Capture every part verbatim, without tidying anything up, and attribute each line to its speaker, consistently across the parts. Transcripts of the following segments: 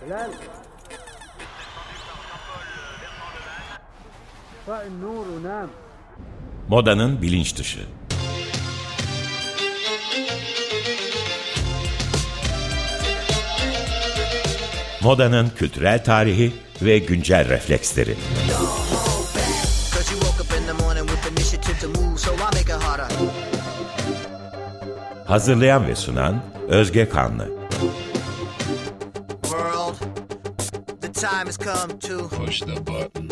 Speaker 1: Modanın bilinç dışı. Modanın kültürel tarihi ve güncel refleksleri. Hazırlayan ve sunan Özge Kanlı.
Speaker 2: Push the button.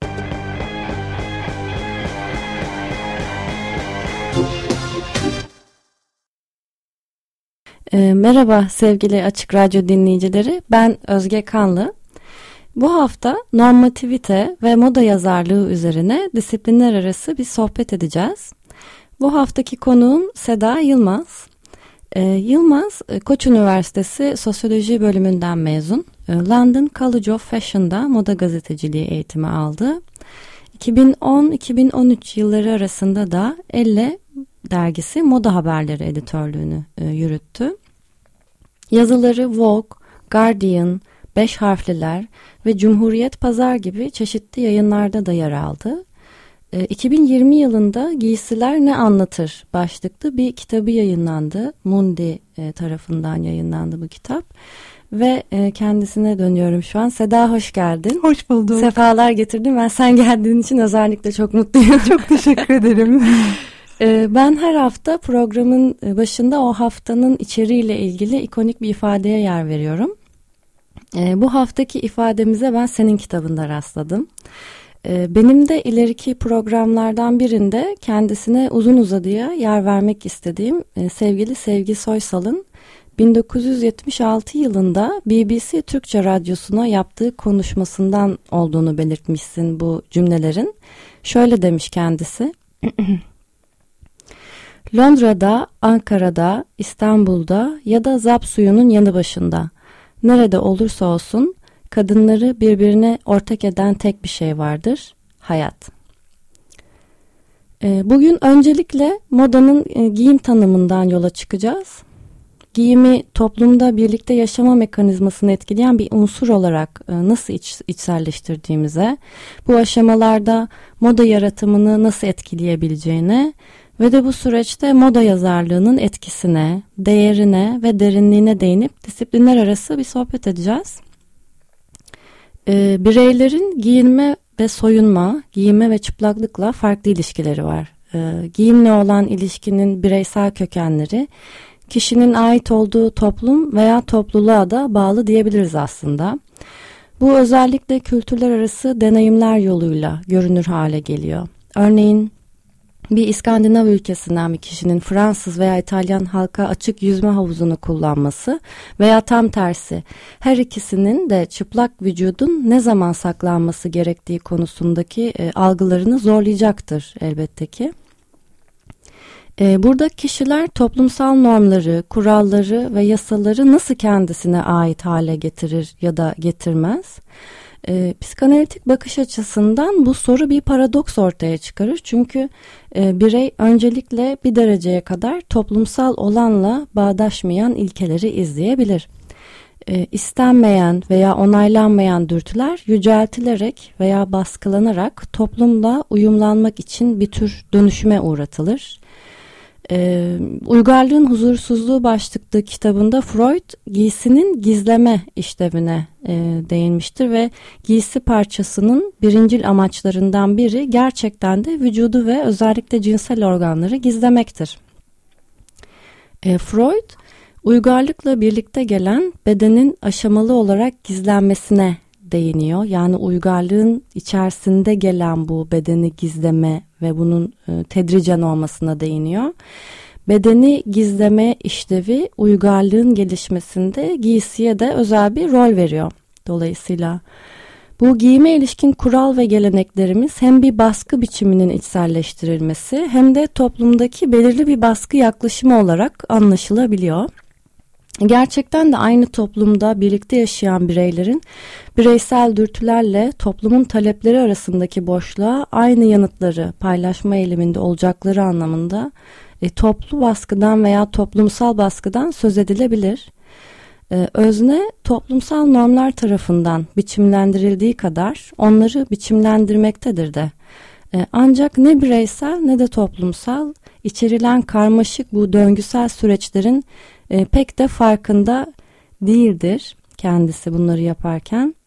Speaker 3: E, merhaba sevgili Açık Radyo dinleyicileri, ben Özge Kanlı. Bu hafta normativite ve moda yazarlığı üzerine disiplinler arası bir sohbet edeceğiz. Bu haftaki konuğum Seda Yılmaz. E, Yılmaz, Koç Üniversitesi Sosyoloji bölümünden mezun. E, London College of Fashion'da moda gazeteciliği eğitimi aldı. iki bin on iki bin on üç yılları arasında da Elle dergisi moda haberleri editörlüğünü e, yürüttü. Yazıları Vogue, Guardian, Beş Harfliler ve Cumhuriyet Pazar gibi çeşitli yayınlarda da yer aldı. E, iki bin yirmi yılında Giysiler Ne Anlatır başlıklı bir kitabı yayınlandı. Mundi e, tarafından yayınlandı bu kitap. Ve e, kendisine dönüyorum şu an. Seda, hoş geldin.
Speaker 4: Hoş bulduk.
Speaker 3: Sefalar getirdin. Ben sen geldiğin için özellikle çok mutluyum.
Speaker 4: Çok teşekkür ederim.
Speaker 3: e, ben her hafta programın başında o haftanın içeriğiyle ilgili ikonik bir ifadeye yer veriyorum. E, bu haftaki ifademize ben senin kitabında rastladım. E, benim de ileriki programlardan birinde kendisine uzun uzadıya yer vermek istediğim e, sevgili Sevgi Soysal'ın bin dokuz yüz yetmiş altı yılında B B C Türkçe Radyosu'na yaptığı konuşmasından olduğunu belirtmişsin bu cümlelerin. Şöyle demiş kendisi. Londra'da, Ankara'da, İstanbul'da ya da Zap suyunun yanı başında, nerede olursa olsun kadınları birbirine ortak eden tek bir şey vardır: hayat. Bugün öncelikle modanın giyim tanımından yola çıkacağız. Giyimi toplumda birlikte yaşama mekanizmasını etkileyen bir unsur olarak nasıl iç, içselleştirdiğimize, bu aşamalarda moda yaratımını nasıl etkileyebileceğine ve de bu süreçte moda yazarlığının etkisine, değerine ve derinliğine değinip disiplinler arası bir sohbet edeceğiz. Ee, bireylerin giyinme ve soyunma, giyinme ve çıplaklıkla farklı ilişkileri var. Ee, giyimle olan ilişkinin bireysel kökenleri, kişinin ait olduğu toplum veya topluluğa da bağlı diyebiliriz aslında. Bu özellikle kültürler arası deneyimler yoluyla görünür hale geliyor. Örneğin bir İskandinav ülkesinden bir kişinin Fransız veya İtalyan halka açık yüzme havuzunu kullanması veya tam tersi her ikisinin de çıplak vücudun ne zaman saklanması gerektiği konusundaki e, algılarını zorlayacaktır elbette ki. Burada kişiler toplumsal normları, kuralları ve yasaları nasıl kendisine ait hale getirir ya da getirmez? E, psikanalitik bakış açısından bu soru bir paradoks ortaya çıkarır. Çünkü e, birey öncelikle bir dereceye kadar toplumsal olanla bağdaşmayan ilkeleri izleyebilir. E, istenmeyen veya onaylanmayan dürtüler yüceltilerek veya baskılanarak toplumla uyumlanmak için bir tür dönüşüme uğratılır. Ee, Uygarlığın Huzursuzluğu başlıklı kitabında Freud giysinin gizleme işlevine e, değinmiştir ve giysi parçasının birincil amaçlarından biri gerçekten de vücudu ve özellikle cinsel organları gizlemektir. E, Freud uygarlıkla birlikte gelen bedenin aşamalı olarak gizlenmesine değiniyor. Yani uygarlığın içerisinde gelen bu bedeni gizleme ve bunun e, tedricen olmasına değiniyor. Bedeni gizleme işlevi uygarlığın gelişmesinde giysiye de özel bir rol veriyor. Dolayısıyla bu giyime ilişkin kural ve geleneklerimiz hem bir baskı biçiminin içselleştirilmesi hem de toplumdaki belirli bir baskı yaklaşımı olarak anlaşılabiliyor. Gerçekten de aynı toplumda birlikte yaşayan bireylerin bireysel dürtülerle toplumun talepleri arasındaki boşluğa aynı yanıtları paylaşma eğiliminde olacakları anlamında e, toplu baskıdan veya toplumsal baskıdan söz edilebilir. Ee, özne toplumsal normlar tarafından biçimlendirildiği kadar onları biçimlendirmektedir de. Ee, ancak ne bireysel ne de toplumsal içerilen karmaşık bu döngüsel süreçlerin e, pek de farkında değildir kendisi bunları yaparken.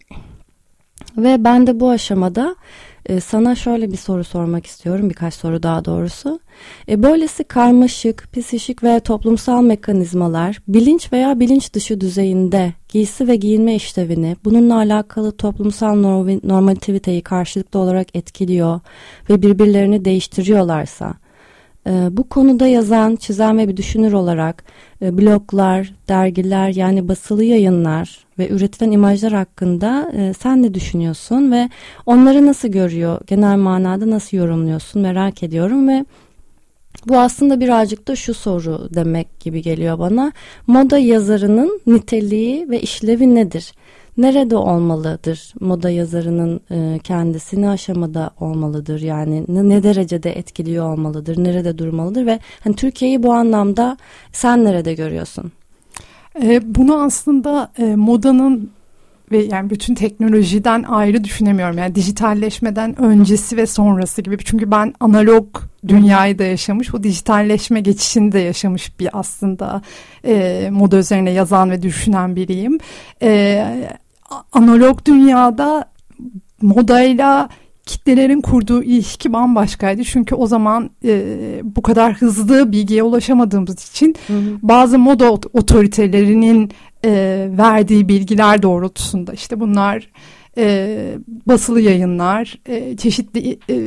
Speaker 3: Ve ben de bu aşamada e, sana şöyle bir soru sormak istiyorum, birkaç soru daha doğrusu. E, böylesi karmaşık, psikik ve toplumsal mekanizmalar bilinç veya bilinç dışı düzeyinde giysi ve giyinme işlevini, bununla alakalı toplumsal normativiteyi karşılıklı olarak etkiliyor ve birbirlerini değiştiriyorlarsa, e, bu konuda yazan, çizen ve bir düşünür olarak e, bloglar, dergiler yani basılı yayınlar ve üretilen imajlar hakkında e, sen ne düşünüyorsun ve onları nasıl görüyor, genel manada nasıl yorumluyorsun merak ediyorum. Ve bu aslında birazcık da şu soru demek gibi geliyor bana: moda yazarının niteliği ve işlevi nedir? Nerede olmalıdır moda yazarının e, kendisi, ne aşamada olmalıdır, yani ne, ne derecede etkiliyor olmalıdır, nerede durmalıdır ve hani Türkiye'yi bu anlamda sen nerede görüyorsun?
Speaker 4: E, bunu aslında e, modanın ve yani bütün teknolojiden ayrı düşünemiyorum. Yani dijitalleşmeden öncesi ve sonrası gibi. Çünkü ben analog dünyayı da yaşamış, bu dijitalleşme geçişini de yaşamış bir aslında e, moda üzerine yazan ve düşünen biriyim. E, analog dünyada modayla kitlelerin kurduğu ilişki bambaşkaydı. Çünkü o zaman e, bu kadar hızlı bilgiye ulaşamadığımız için hı hı. bazı moda otoritelerinin e, verdiği bilgiler doğrultusunda işte bunlar e, basılı yayınlar, e, çeşitli e,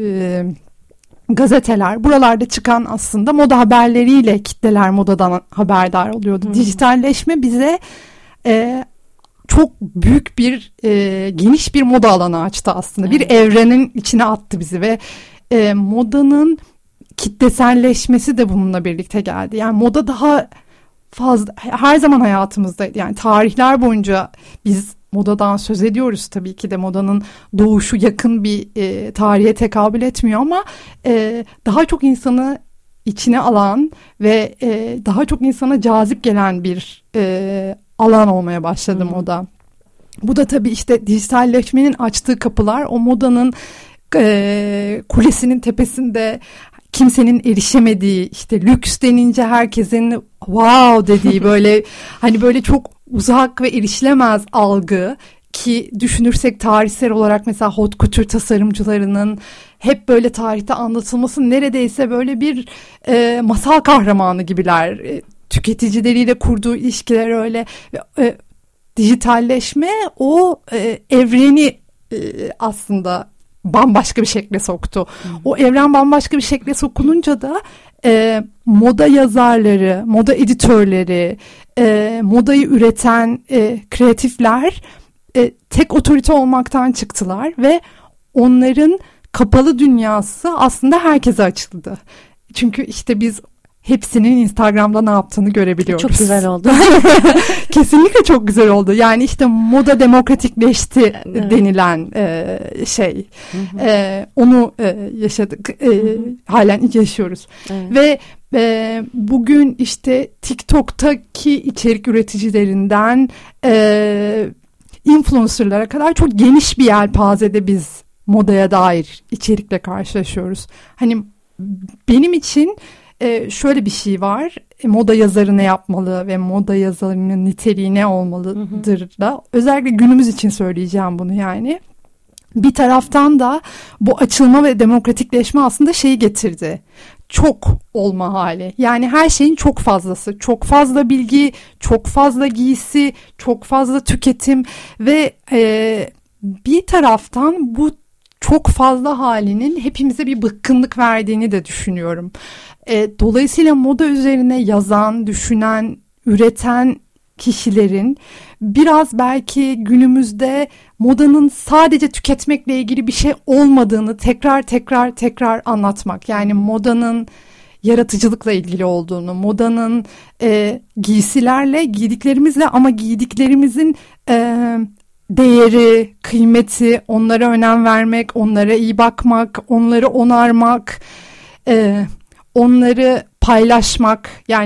Speaker 4: gazeteler, buralarda çıkan aslında moda haberleriyle kitleler modadan haberdar oluyordu. Hı hı. Dijitalleşme bize e, çok büyük bir e, geniş bir moda alanı açtı aslında. Evet. Bir evrenin içine attı bizi ve e, modanın kitleselleşmesi de bununla birlikte geldi. Yani moda daha fazla her zaman hayatımızdaydı. Yani tarihler boyunca biz modadan söz ediyoruz, tabii ki de modanın doğuşu yakın bir e, tarihe tekabül etmiyor ama e, daha çok insanı içine alan ve e, daha çok insana cazip gelen bir e, alan olmaya başladı hmm. moda. Bu da tabii işte dijitalleşmenin açtığı kapılar, o modanın e, kulesinin tepesinde kimsenin erişemediği, işte lüks denince herkesin wow dediği böyle hani böyle çok uzak ve erişilemez algı, ki düşünürsek tarihsel olarak mesela haute couture tasarımcılarının hep böyle tarihte anlatılması neredeyse böyle bir e, masal kahramanı gibiler. E, tüketicileriyle kurduğu ilişkiler öyle. E, dijitalleşme o e, evreni e, aslında bambaşka bir şekle soktu. Hmm. O evren bambaşka bir şekle sokulunca da e, moda yazarları, moda editörleri, e, modayı üreten e, kreatifler e, tek otorite olmaktan çıktılar ve onların kapalı dünyası aslında herkese açıldı. Çünkü işte biz hepsinin Instagram'da ne yaptığını görebiliyoruz.
Speaker 3: Çok güzel oldu.
Speaker 4: Kesinlikle çok güzel oldu. Yani işte moda demokratikleşti evet. denilen e, şey. Hı hı. E, onu e, yaşadık. E, hı hı. Halen yaşıyoruz. Evet. Ve e, bugün işte TikTok'taki içerik üreticilerinden e, influencerlara kadar çok geniş bir yelpazede biz modaya dair içerikle karşılaşıyoruz. Hani benim için Ee, şöyle bir şey var, e, moda yazarı ne yapmalı ve moda yazarının niteliği ne olmalıdır hı hı. da özellikle günümüz için söyleyeceğim bunu. Yani bir taraftan da bu açılma ve demokratikleşme aslında şeyi getirdi, çok olma hali, yani her şeyin çok fazlası, çok fazla bilgi, çok fazla giysi, çok fazla tüketim ve e, bir taraftan bu çok fazla halinin hepimize bir bıkkınlık verdiğini de düşünüyorum. E, dolayısıyla moda üzerine yazan, düşünen, üreten kişilerin biraz belki günümüzde modanın sadece tüketmekle ilgili bir şey olmadığını tekrar tekrar tekrar anlatmak. Yani modanın yaratıcılıkla ilgili olduğunu, modanın e, giysilerle, giydiklerimizle ama giydiklerimizin e, değeri, kıymeti, onlara önem vermek, onlara iyi bakmak, onları onarmak, e, onları paylaşmak, yani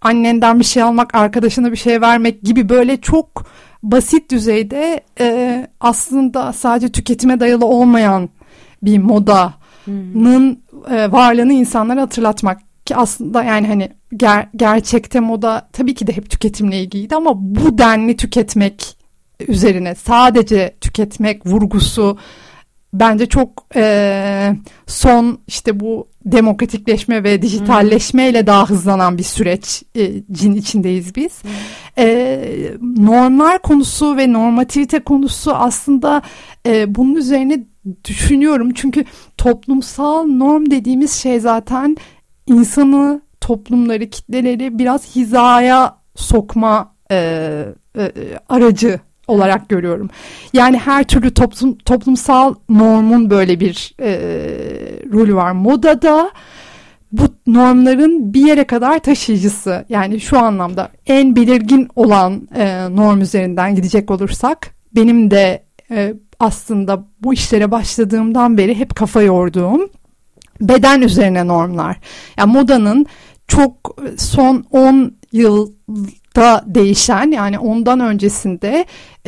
Speaker 4: annenden bir şey almak, arkadaşına bir şey vermek gibi böyle çok basit düzeyde e, aslında sadece tüketime dayalı olmayan bir modanın e, varlığını insanlara hatırlatmak. Ki aslında yani hani ger- gerçekte moda tabii ki de hep tüketimle ilgiliydi ama bu denli tüketmek üzerine sadece tüketmek vurgusu bence çok e, son işte bu demokratikleşme ve dijitalleşmeyle daha hızlanan bir sürecin e, içindeyiz biz. E, normlar konusu ve normativite konusu aslında e, bunun üzerine düşünüyorum. Çünkü toplumsal norm dediğimiz şey zaten insanı, toplumları, kitleleri biraz hizaya sokma e, e, aracı olarak görüyorum. Yani her türlü toplum, toplumsal normun böyle bir e, rolü var. Modada bu normların bir yere kadar taşıyıcısı. Yani şu anlamda en belirgin olan e, norm üzerinden gidecek olursak benim de e, aslında bu işlere başladığımdan beri hep kafa yorduğum beden üzerine normlar. Yani modanın çok son on yılda değişen, yani ondan öncesinde e,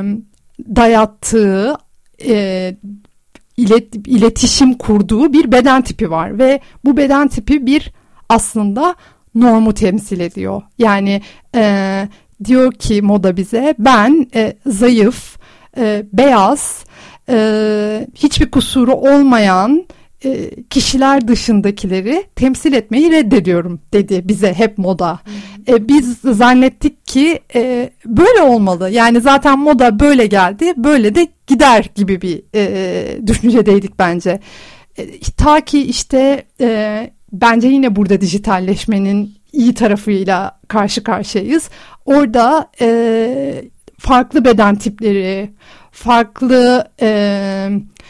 Speaker 4: dayattığı, e, ilet, iletişim kurduğu bir beden tipi var ve bu beden tipi bir aslında normu temsil ediyor. Yani e, diyor ki moda bize, ben e, zayıf, e, beyaz, e, hiçbir kusuru olmayan kişiler dışındakileri temsil etmeyi reddediyorum dedi bize hep moda. Hmm. E, biz zannettik ki e, böyle olmalı. Yani zaten moda böyle geldi, böyle de gider gibi bir e, düşüncedeydik bence. E, ta ki işte e, bence yine burada dijitalleşmenin iyi tarafıyla karşı karşıyayız. Orada e, farklı beden tipleri, farklı e,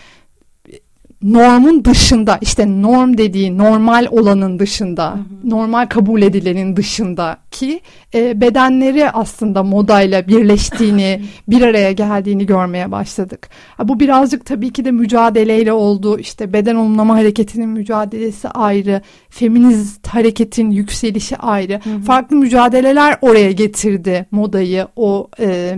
Speaker 4: normun dışında, işte norm dediği normal olanın dışında, hı hı. normal kabul edilenin dışındaki e, bedenleri aslında modayla birleştiğini, bir araya geldiğini görmeye başladık. Ha, bu birazcık tabii ki de mücadeleyle oldu. İşte beden olumlama hareketinin mücadelesi ayrı, feminist hareketin yükselişi ayrı. Hı hı. Farklı mücadeleler oraya getirdi modayı. O e,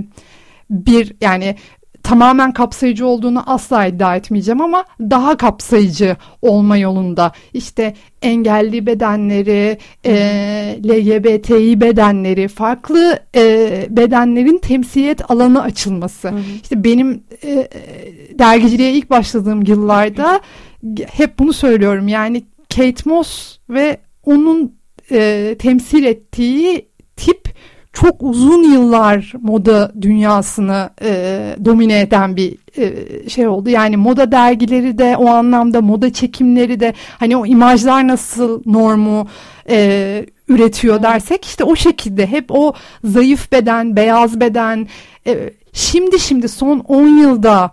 Speaker 4: bir yani tamamen kapsayıcı olduğunu asla iddia etmeyeceğim ama daha kapsayıcı olma yolunda. İşte engelli bedenleri, e, L G B T İ bedenleri, farklı e, bedenlerin temsiliyet alanı açılması. Hı hı. İşte benim e, dergiciliğe ilk başladığım yıllarda hep bunu söylüyorum. Yani Kate Moss ve onun e, temsil ettiği tip çok uzun yıllar moda dünyasını e, domine eden bir e, şey oldu. Yani moda dergileri de o anlamda, moda çekimleri de, hani o imajlar nasıl normu e, üretiyor dersek, işte o şekilde hep o zayıf beden, beyaz beden. E, şimdi şimdi son on yılda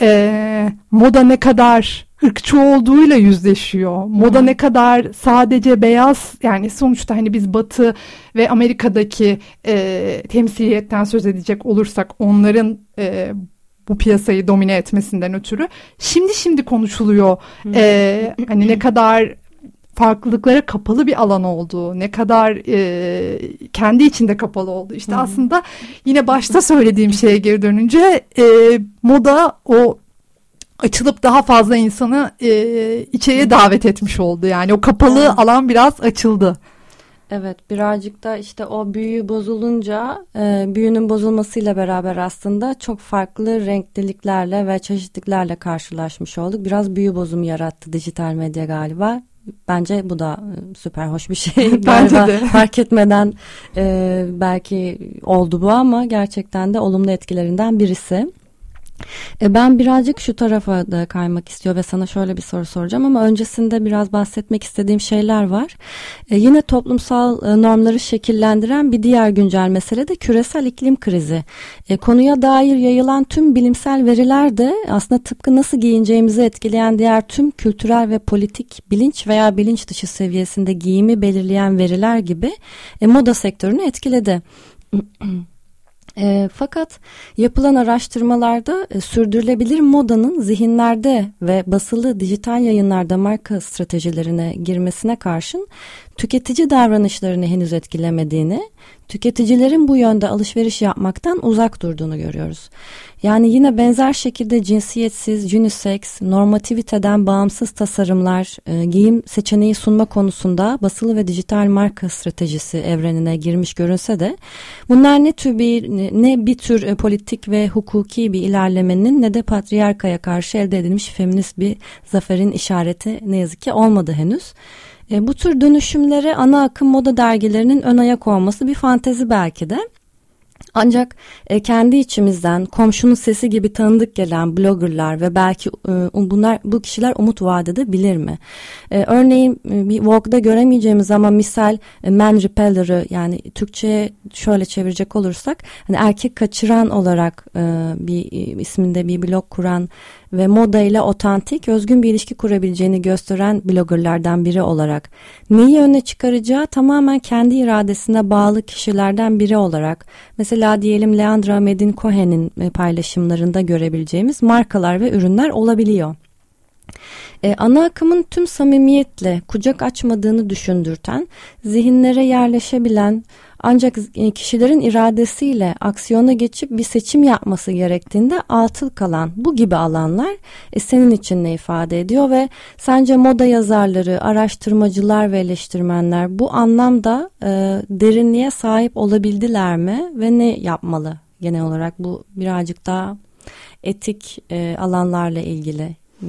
Speaker 4: e, moda ne kadar ırkçı olduğuyla yüzleşiyor. Moda hmm. ne kadar sadece beyaz, yani sonuçta hani biz Batı ve Amerika'daki e, temsiliyetten söz edecek olursak onların e, bu piyasayı domine etmesinden ötürü şimdi şimdi konuşuluyor. Hmm. E, hani ne kadar farklılıklara kapalı bir alan olduğu, ne kadar e, kendi içinde kapalı olduğu. İşte hmm. aslında yine başta söylediğim şeye geri dönünce e, moda o açılıp daha fazla insanı e, içeriye davet etmiş oldu. Yani o kapalı evet. alan biraz açıldı.
Speaker 3: Evet, birazcık da işte o büyü bozulunca e, büyünün bozulmasıyla beraber aslında çok farklı renkliliklerle ve çeşitliliklerle karşılaşmış olduk. Biraz büyü bozumu yarattı dijital medya galiba. Bence bu da süper hoş bir şey. Bence de. Fark etmeden e, belki oldu bu ama gerçekten de olumlu etkilerinden birisi. E ben birazcık şu tarafa da kaymak istiyor ve sana şöyle bir soru soracağım ama öncesinde biraz bahsetmek istediğim şeyler var. E yine toplumsal normları şekillendiren bir diğer güncel mesele de küresel iklim krizi. E konuya dair yayılan tüm bilimsel veriler de aslında tıpkı nasıl giyineceğimizi etkileyen diğer tüm kültürel ve politik bilinç veya bilinç dışı seviyesinde giyimi belirleyen veriler gibi e, moda sektörünü etkiledi. E, fakat yapılan araştırmalarda e, sürdürülebilir modanın zihinlerde ve basılı dijital yayınlarda marka stratejilerine girmesine karşın tüketici davranışlarını henüz etkilemediğini, tüketicilerin bu yönde alışveriş yapmaktan uzak durduğunu görüyoruz. Yani yine benzer şekilde cinsiyetsiz, unisex, normativiteden bağımsız tasarımlar, e, giyim seçeneği sunma konusunda basılı ve dijital marka stratejisi evrenine girmiş görünse de bunlar ne tür bir ne bir tür e, politik ve hukuki bir ilerlemenin ne de patriarkaya karşı elde edilmiş feminist bir zaferin işareti ne yazık ki olmadı henüz. E, bu tür dönüşümlere ana akım moda dergilerinin ön ayak olması bir fantezi belki de. Ancak e, kendi içimizden komşunun sesi gibi tanıdık gelen bloggerlar ve belki e, bunlar bu kişiler umut vaat edebilir mi? E, örneğin e, bir Vogue'da göremeyeceğimiz ama misal e, Man Repeller'ı, yani Türkçe'ye şöyle çevirecek olursak hani erkek kaçıran olarak e, bir e, isminde bir blog kuran ve moda ile otantik, özgün bir ilişki kurabileceğini gösteren bloggerlardan biri olarak neyi öne çıkaracağı tamamen kendi iradesine bağlı kişilerden biri olarak, mesela diyelim Leandra Medin Cohen'in paylaşımlarında görebileceğimiz markalar ve ürünler olabiliyor. Ee, ana akımın tüm samimiyetle kucak açmadığını düşündürten, zihinlere yerleşebilen ancak kişilerin iradesiyle aksiyona geçip bir seçim yapması gerektiğinde atıl kalan bu gibi alanlar e, senin için ne ifade ediyor ve sence moda yazarları, araştırmacılar ve eleştirmenler bu anlamda e, derinliğe sahip olabildiler mi ve ne yapmalı genel olarak? Bu birazcık daha etik e, alanlarla ilgili. Hmm.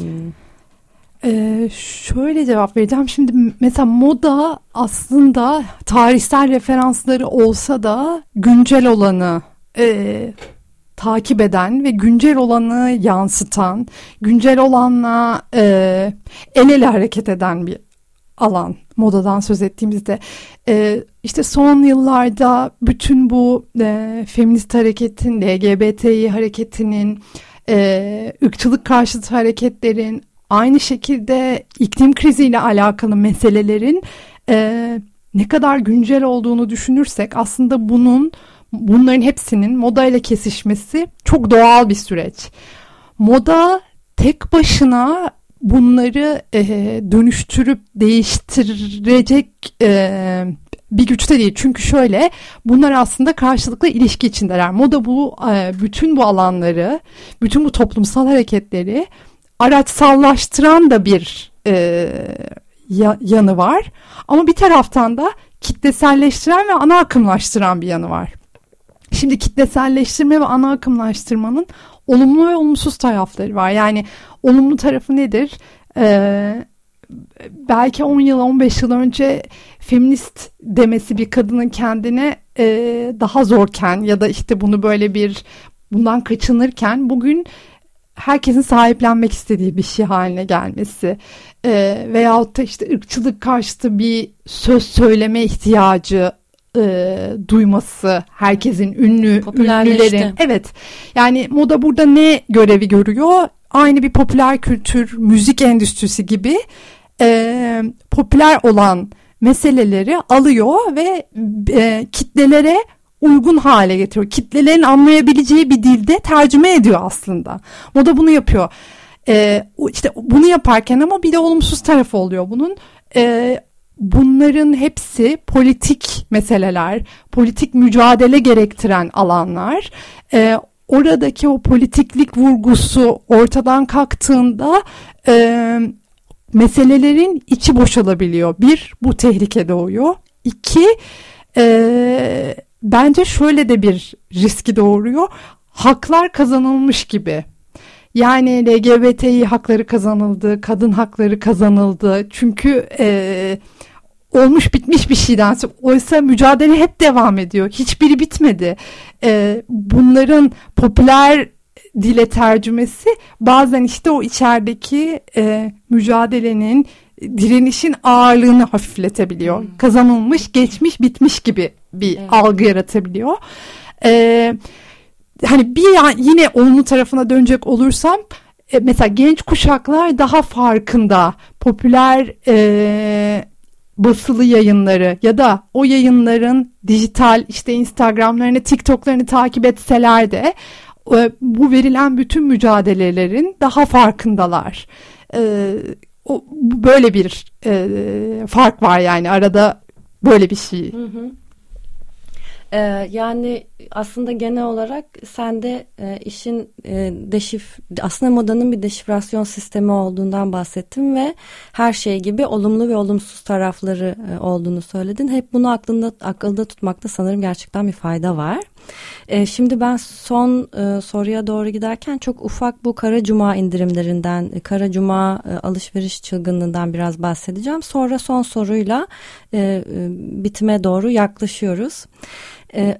Speaker 4: Ee, şöyle cevap vereceğim. Şimdi mesela moda aslında tarihsel referansları olsa da güncel olanı e, takip eden ve güncel olanı yansıtan, güncel olanla e, el ele hareket eden bir alan. Modadan söz ettiğimizde e, işte son yıllarda bütün bu e, feminist hareketin, L G B T İ hareketinin, e, ırkçılık karşıtı hareketlerin, aynı şekilde iklim kriziyle alakalı meselelerin e, ne kadar güncel olduğunu düşünürsek aslında bunun bunların hepsinin moda ile kesişmesi çok doğal bir süreç. Moda tek başına bunları e, dönüştürüp değiştirecek e, bir güçte değil. Çünkü şöyle, bunlar aslında karşılıklı ilişki içindeler. Moda bu e, bütün bu alanları, bütün bu toplumsal hareketleri araçsallaştıran da bir e, ya, yanı var. Ama bir taraftan da kitleselleştiren ve ana akımlaştıran bir yanı var. Şimdi kitleselleştirme ve ana akımlaştırmanın olumlu ve olumsuz tarafları var. Yani olumlu tarafı nedir? Ee, belki on yıl, on beş yıl önce feminist demesi bir kadının kendine e, daha zorken ya da işte bunu böyle bir bundan kaçınırken bugün herkesin sahiplenmek istediği bir şey haline gelmesi e, veyahut da işte ırkçılık karşıtı bir söz söyleme ihtiyacı e, duyması, herkesin ünlü ünlülerin. Evet. Yani moda burada ne görevi görüyor? Aynı bir popüler kültür, müzik endüstrisi gibi e, popüler olan meseleleri alıyor ve e, kitlelere uygun hale getiriyor. Kitlelerin anlayabileceği bir dilde tercüme ediyor aslında. Moda bunu yapıyor. Ee, işte bunu yaparken ama bir de olumsuz tarafı oluyor bunun. Ee, bunların hepsi politik meseleler, politik mücadele gerektiren alanlar. Ee, oradaki o politiklik vurgusu ortadan kalktığında e, meselelerin içi boşalabiliyor. Bir, bu tehlike doğuyor. İki, e, bence şöyle de bir riski doğuruyor. Haklar kazanılmış gibi. Yani L G B T İ hakları kazanıldı, kadın hakları kazanıldı. Çünkü e, olmuş bitmiş bir şeyden. Oysa mücadele hep devam ediyor. Hiçbiri bitmedi. E, bunların popüler dile tercümesi bazen işte o içerideki e, mücadelenin, direnişin ağırlığını hafifletebiliyor. Hmm. Kazanılmış, geçmiş, bitmiş gibi bir evet. algı yaratabiliyor. Ee, hani bir yine olumlu tarafına dönecek olursam, e, mesela genç kuşaklar daha farkında, popüler e, basılı yayınları ya da o yayınların dijital işte Instagram'larını, TikTok'larını takip etseler de e, bu verilen bütün mücadelelerin daha farkındalar. E, o, böyle bir e, fark var yani arada böyle bir şey.
Speaker 3: Hı hı. Ee, yani aslında genel olarak sende e, işin e, deşif aslında modanın bir deşifrasyon sistemi olduğundan bahsettim ve her şey gibi olumlu ve olumsuz tarafları e, olduğunu söyledin. Hep bunu aklında akılda tutmakta sanırım gerçekten bir fayda var. E, şimdi ben son e, soruya doğru giderken çok ufak bu Kara Cuma indirimlerinden, e, Kara Cuma e, alışveriş çılgınlığından biraz bahsedeceğim. Sonra son soruyla e, e, bitime doğru yaklaşıyoruz. E,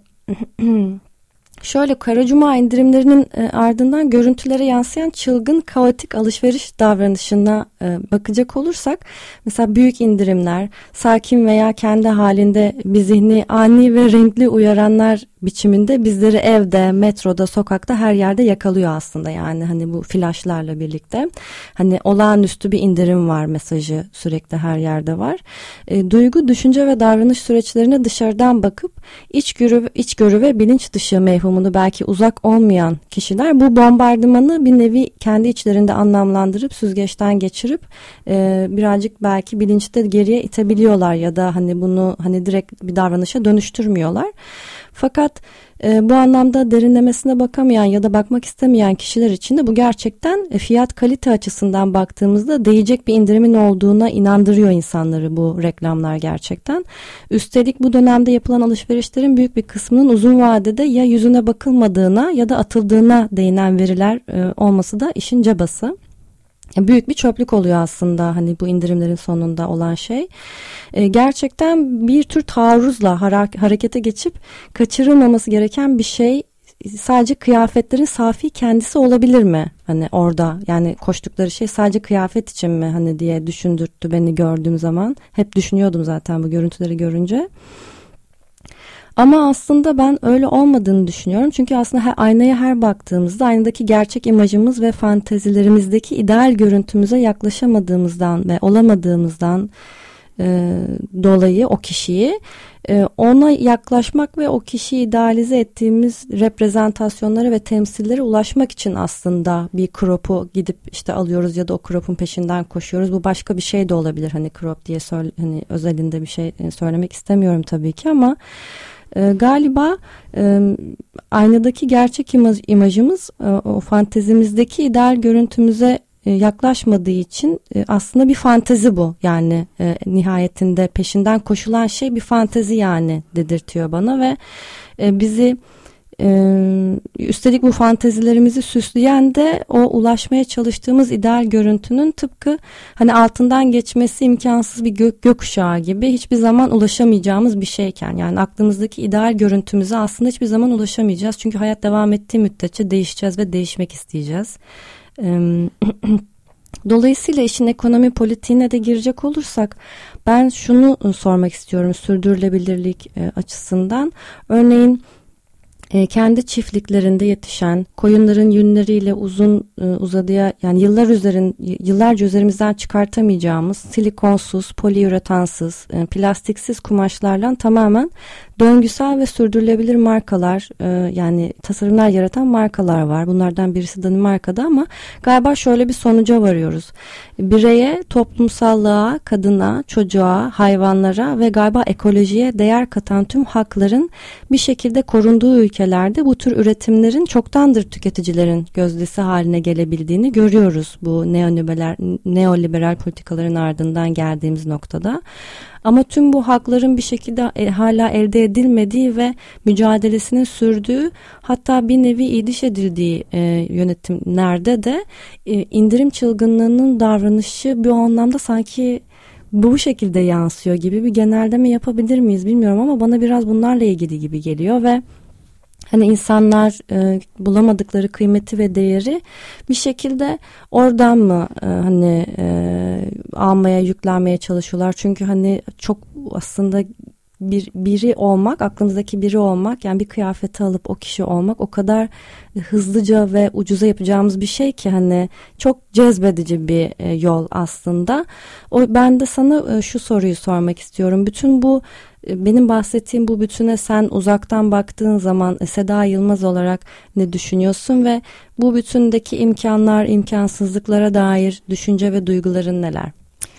Speaker 3: Şöyle Kara Cuma indirimlerinin e, ardından görüntülere yansıyan çılgın kaotik alışveriş davranışına e, bakacak olursak mesela büyük indirimler, sakin veya kendi halinde bir zihni ani ve renkli uyaranlar biçiminde bizleri evde, metroda, sokakta her yerde yakalıyor aslında. Yani hani bu flaşlarla birlikte hani olağanüstü bir indirim var mesajı sürekli her yerde var. E, duygu, düşünce ve davranış süreçlerine dışarıdan bakıp içgörü, içgörü ve bilinç dışı mevhumunu belki uzak olmayan kişiler bu bombardımanı bir nevi kendi içlerinde anlamlandırıp süzgeçten geçirip e, birazcık belki bilinçte geriye itebiliyorlar ya da hani bunu hani direkt bir davranışa dönüştürmüyorlar. Fakat e, bu anlamda derinlemesine bakamayan ya da bakmak istemeyen kişiler için de bu gerçekten e, fiyat kalite açısından baktığımızda değecek bir indirimin olduğuna inandırıyor insanları bu reklamlar gerçekten. Üstelik bu dönemde yapılan alışverişlerin büyük bir kısmının uzun vadede ya yüzüne bakılmadığına ya da atıldığına değinen veriler e, olması da işin cabası. Büyük bir çöplük oluyor aslında hani bu indirimlerin sonunda olan şey. E, gerçekten bir tür taarruzla hara- harekete geçip kaçırılmaması gereken bir şey sadece kıyafetlerin safi kendisi olabilir mi? Hani orada yani koştukları şey sadece kıyafet için mi hani diye düşündürttü beni gördüğüm zaman. Hep düşünüyordum zaten bu görüntüleri görünce. Ama aslında ben öyle olmadığını düşünüyorum. Çünkü aslında her, aynaya her baktığımızda aynadaki gerçek imajımız ve fantezilerimizdeki ideal görüntümüze yaklaşamadığımızdan ve olamadığımızdan e, dolayı o kişiyi e, ona yaklaşmak ve o kişiyi idealize ettiğimiz reprezentasyonlara ve temsillere ulaşmak için aslında bir crop'u gidip işte alıyoruz ya da o crop'un peşinden koşuyoruz. Bu başka bir şey de olabilir hani crop diye söyle, hani özelinde bir şey söylemek istemiyorum tabii ki ama E, galiba e, aynadaki gerçek imaj, imajımız e, o fantezimizdeki ideal görüntümüze e, yaklaşmadığı için e, aslında bir fantezi bu. Yani e, nihayetinde peşinden koşulan şey bir fantezi yani dedirtiyor bana ve e, bizi Ee, üstelik bu fantezilerimizi süsleyen de o ulaşmaya çalıştığımız ideal görüntünün tıpkı hani altından geçmesi imkansız bir gök gökkuşağı gibi hiçbir zaman ulaşamayacağımız bir şeyken yani aklımızdaki ideal görüntümüze aslında hiçbir zaman ulaşamayacağız çünkü hayat devam ettiği müddetçe değişeceğiz ve değişmek isteyeceğiz. Ee, Dolayısıyla işin ekonomi politiğine de girecek olursak ben şunu sormak istiyorum sürdürülebilirlik e, açısından. Örneğin E, kendi çiftliklerinde yetişen koyunların yünleriyle uzun e, uzadıya yani yıllar üzerin yıllarca üzerimizden çıkartamayacağımız silikonsuz, poliüretansız, e, plastiksiz kumaşlarla tamamen döngüsel ve sürdürülebilir markalar e, yani tasarımlar yaratan markalar var. Bunlardan birisi Danimarka'da ama galiba şöyle bir sonuca varıyoruz. Bireye, toplumsallığa, kadına, çocuğa, hayvanlara ve galiba ekolojiye değer katan tüm hakların bir şekilde korunduğu ülkelerde bu tür üretimlerin çoktandır tüketicilerin gözdesi haline gelebildiğini görüyoruz bu neoliberal, neoliberal politikaların ardından geldiğimiz noktada. Ama tüm bu hakların bir şekilde e, hala elde edilmediği ve mücadelesinin sürdüğü hatta bir nevi idiş edildiği e, yönetimlerde de e, indirim çılgınlığının davranışı bir o anlamda sanki bu şekilde yansıyor gibi bir genelleme yapabilir miyiz bilmiyorum ama bana biraz bunlarla ilgili gibi geliyor ve hani insanlar e, bulamadıkları kıymeti ve değeri bir şekilde oradan mı e, hani e, almaya, yüklenmeye çalışıyorlar. Çünkü hani çok aslında bir biri olmak, aklımızdaki biri olmak, yani bir kıyafeti alıp o kişi olmak o kadar hızlıca ve ucuza yapacağımız bir şey ki hani çok cezbedici bir e, yol aslında. O ben de sana e, şu soruyu sormak istiyorum. Bütün bu e, benim bahsettiğim bu bütüne sen uzaktan baktığın zaman e, Seda Yılmaz olarak ne düşünüyorsun ve bu bütündeki imkanlar, imkansızlıklara dair düşünce ve duyguların neler?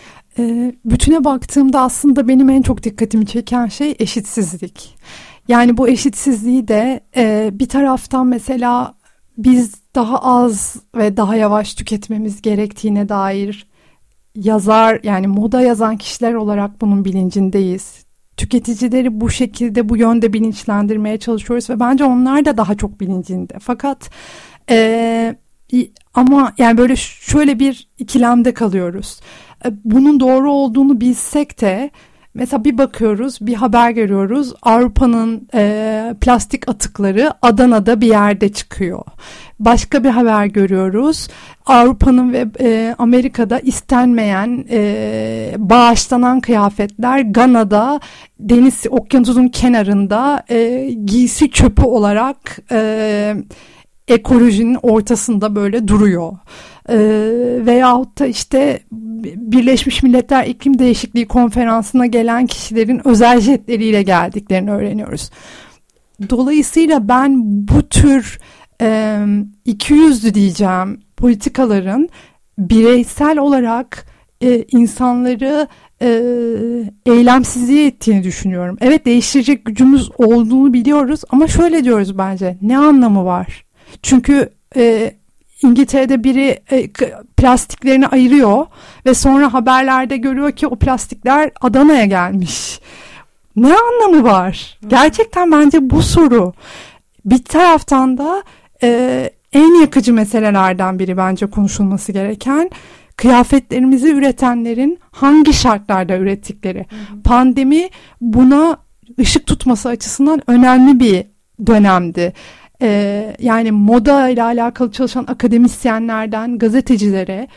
Speaker 4: Bütüne baktığımda aslında benim en çok dikkatimi çeken şey eşitsizlik. Yani bu eşitsizliği de bir taraftan mesela biz daha az ve daha yavaş tüketmemiz gerektiğine dair yazar, yani moda yazan kişiler olarak bunun bilincindeyiz. Tüketicileri bu şekilde, bu yönde bilinçlendirmeye çalışıyoruz ve bence onlar da daha çok bilincinde. Fakat e, ama yani böyle şöyle bir ikilemde kalıyoruz. Bunun doğru olduğunu bilsek de mesela bir bakıyoruz, bir haber görüyoruz, Avrupa'nın e, plastik atıkları Adana'da bir yerde çıkıyor. Başka bir haber görüyoruz, Avrupa'nın ve e, Amerika'da istenmeyen e, bağışlanan kıyafetler Gana'da deniz, okyanusun kenarında e, giysi çöpü olarak e, ekolojinin ortasında böyle duruyor. Ee, veyahut da işte Birleşmiş Milletler İklim Değişikliği Konferansı'na gelen kişilerin özel jetleriyle geldiklerini öğreniyoruz. Dolayısıyla ben bu tür e, ikiyüzlü diyeceğim politikaların bireysel olarak e, insanları e, eylemsizliğe ettiğini düşünüyorum. Evet, değiştirecek gücümüz olduğunu biliyoruz ama şöyle diyoruz bence, ne anlamı var? Çünkü e, İngiltere'de biri e, plastiklerini ayırıyor ve sonra haberlerde görüyor ki o plastikler Adana'ya gelmiş. Ne anlamı var? Gerçekten bence bu soru. Bir taraftan da e, en yakıcı meselelerden biri bence konuşulması gereken, kıyafetlerimizi üretenlerin hangi şartlarda ürettikleri. Hı hı. Pandemi buna ışık tutması açısından önemli bir dönemdi. Ee, yani moda ile alakalı çalışan akademisyenlerden gazetecilere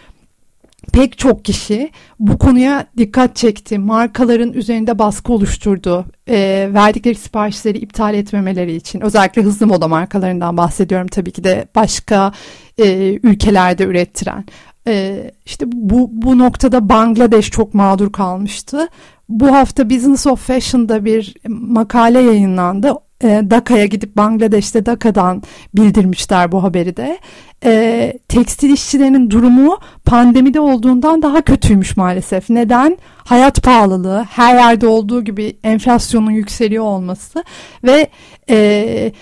Speaker 4: pek çok kişi bu konuya dikkat çekti. Markaların üzerinde baskı oluşturdu. Ee, verdikleri siparişleri iptal etmemeleri için. Özellikle hızlı moda markalarından bahsediyorum, tabii ki de başka e, ülkelerde ürettiren. Ee, işte bu, bu noktada Bangladeş çok mağdur kalmıştı. Bu hafta Business of Fashion'da bir makale yayınlandı. Daka'ya gidip Bangladeş'te Daka'dan bildirmişler bu haberi de. E, tekstil işçilerinin durumu pandemide olduğundan daha kötüymüş maalesef. Neden? Hayat pahalılığı, her yerde olduğu gibi enflasyonun yükseliyor olması ve e,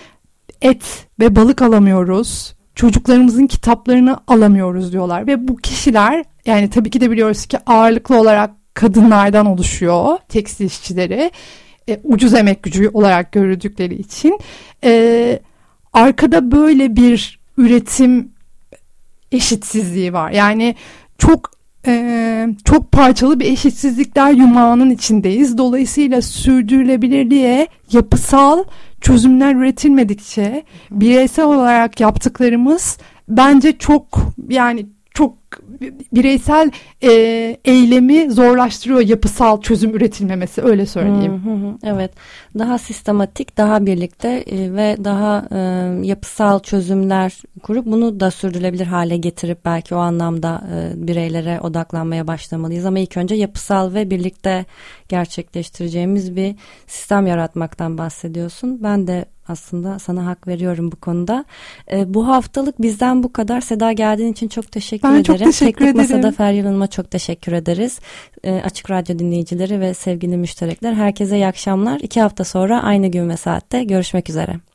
Speaker 4: et ve balık alamıyoruz. Çocuklarımızın kitaplarını alamıyoruz diyorlar ve bu kişiler, yani tabii ki de biliyoruz ki ağırlıklı olarak kadınlardan oluşuyor tekstil işçileri. E, ucuz emek gücü olarak görüldükleri için e, arkada böyle bir üretim eşitsizliği var. Yani çok e, çok parçalı bir eşitsizlikler yumağının içindeyiz. Dolayısıyla sürdürülebilirliğe yapısal çözümler üretilmedikçe bireysel olarak yaptıklarımız bence çok, yani çok bireysel e, eylemi zorlaştırıyor, yapısal çözüm üretilmemesi, öyle söyleyeyim.
Speaker 3: Hı hı, evet, daha sistematik, daha birlikte e, ve daha e, yapısal çözümler kurup bunu da sürdürülebilir hale getirip belki o anlamda e, bireylere odaklanmaya başlamalıyız. Ama ilk önce yapısal ve birlikte gerçekleştireceğimiz bir sistem yaratmaktan bahsediyorsun. Ben de aslında sana hak veriyorum bu konuda. E, bu haftalık bizden bu kadar. Seda, geldiğin için çok teşekkür
Speaker 4: ben
Speaker 3: ederim.
Speaker 4: Çok teşekkür
Speaker 3: Teknik
Speaker 4: ederim.
Speaker 3: Masa'da Feryal Hanım'a çok teşekkür ederiz. E, Açık Radyo dinleyicileri ve sevgili müşterekler, herkese iyi akşamlar. İki hafta sonra aynı gün ve saatte görüşmek üzere.